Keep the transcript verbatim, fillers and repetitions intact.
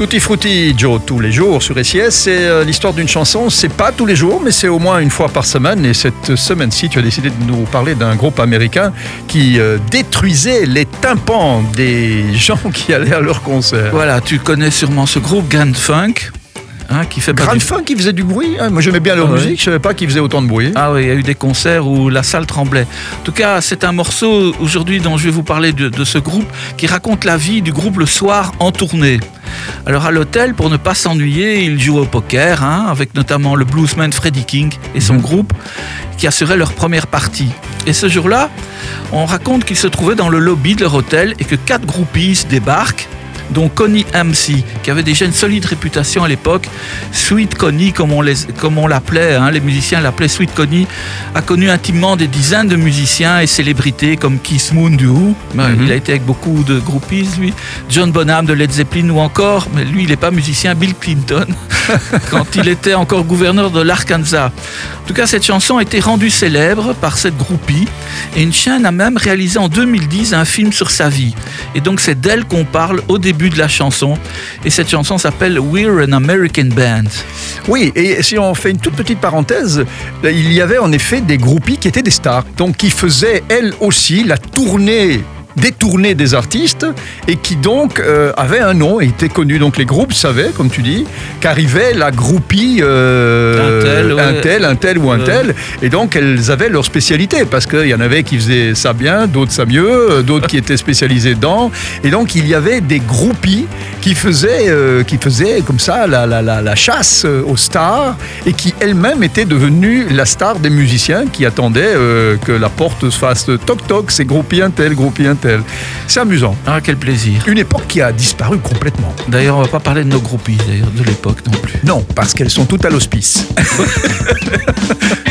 Tutti Frutti, Joe, tous les jours sur S I S. C'est euh, l'histoire d'une chanson. C'est pas tous les jours, mais c'est au moins une fois par semaine. Et cette semaine-ci, tu as décidé de nous parler d'un groupe américain qui euh, détruisait les tympans des gens qui allaient à leur concert. Voilà, tu connais sûrement ce groupe Grand Funk. Hein, qui fait Grand du... Funk qui faisait du bruit. Hein, moi j'aimais bien leur ah, musique, ouais. je savais pas qu'ils faisaient autant de bruit. Ah oui, il y a eu des concerts où la salle tremblait. En tout cas, c'est un morceau aujourd'hui dont je vais vous parler de, de ce groupe qui raconte la vie du groupe le soir en tournée. Alors à l'hôtel, pour ne pas s'ennuyer, ils jouent au poker, hein, avec notamment le bluesman Freddie King et son mmh. groupe qui assuraient leur première partie. Et ce jour-là, on raconte qu'ils se trouvaient dans le lobby de leur hôtel et que quatre groupies débarquent, dont Connie M C, qui avait déjà une solide réputation à l'époque. Sweet Connie, comme on, les, comme on l'appelait, hein, les musiciens l'appelaient Sweet Connie, a connu intimement des dizaines de musiciens et célébrités comme Keith Moon du Who, mm-hmm. il a été avec beaucoup de groupies, lui, John Bonham de Led Zeppelin ou encore, mais lui il n'est pas musicien, Bill Clinton, quand il était encore gouverneur de l'Arkansas. En tout cas, cette chanson a été rendue célèbre par cette groupie et une chaîne a même réalisé en deux mille dix un film sur sa vie. Et donc c'est d'elle qu'on parle au début de la chanson, et cette chanson s'appelle We're an American Band. Oui, et si on fait une toute petite parenthèse, il y avait en effet des groupies qui étaient des stars, donc qui faisaient elles aussi la tournée des tournées des artistes et qui donc euh, avaient un nom et étaient connus. Donc les groupes savaient, comme tu dis, qu'arrivait la groupie euh, un, tel, ouais. un tel, un tel ou un ouais. tel, et donc elles avaient leur spécialité parce qu'il y en avait qui faisaient ça bien, d'autres ça mieux, d'autres qui étaient spécialisés dedans, et donc il y avait des groupies qui faisaient, euh, qui faisaient comme ça la, la, la, la chasse aux stars et qui elles-mêmes étaient devenues la star des musiciens qui attendaient euh, que la porte se fasse toc toc, c'est groupie un tel, groupie un tel. C'est amusant. Ah, quel plaisir. Une époque qui a disparu complètement. D'ailleurs, on ne va pas parler de nos groupies, d'ailleurs, de l'époque non plus. Non, parce qu'elles sont toutes à l'hospice.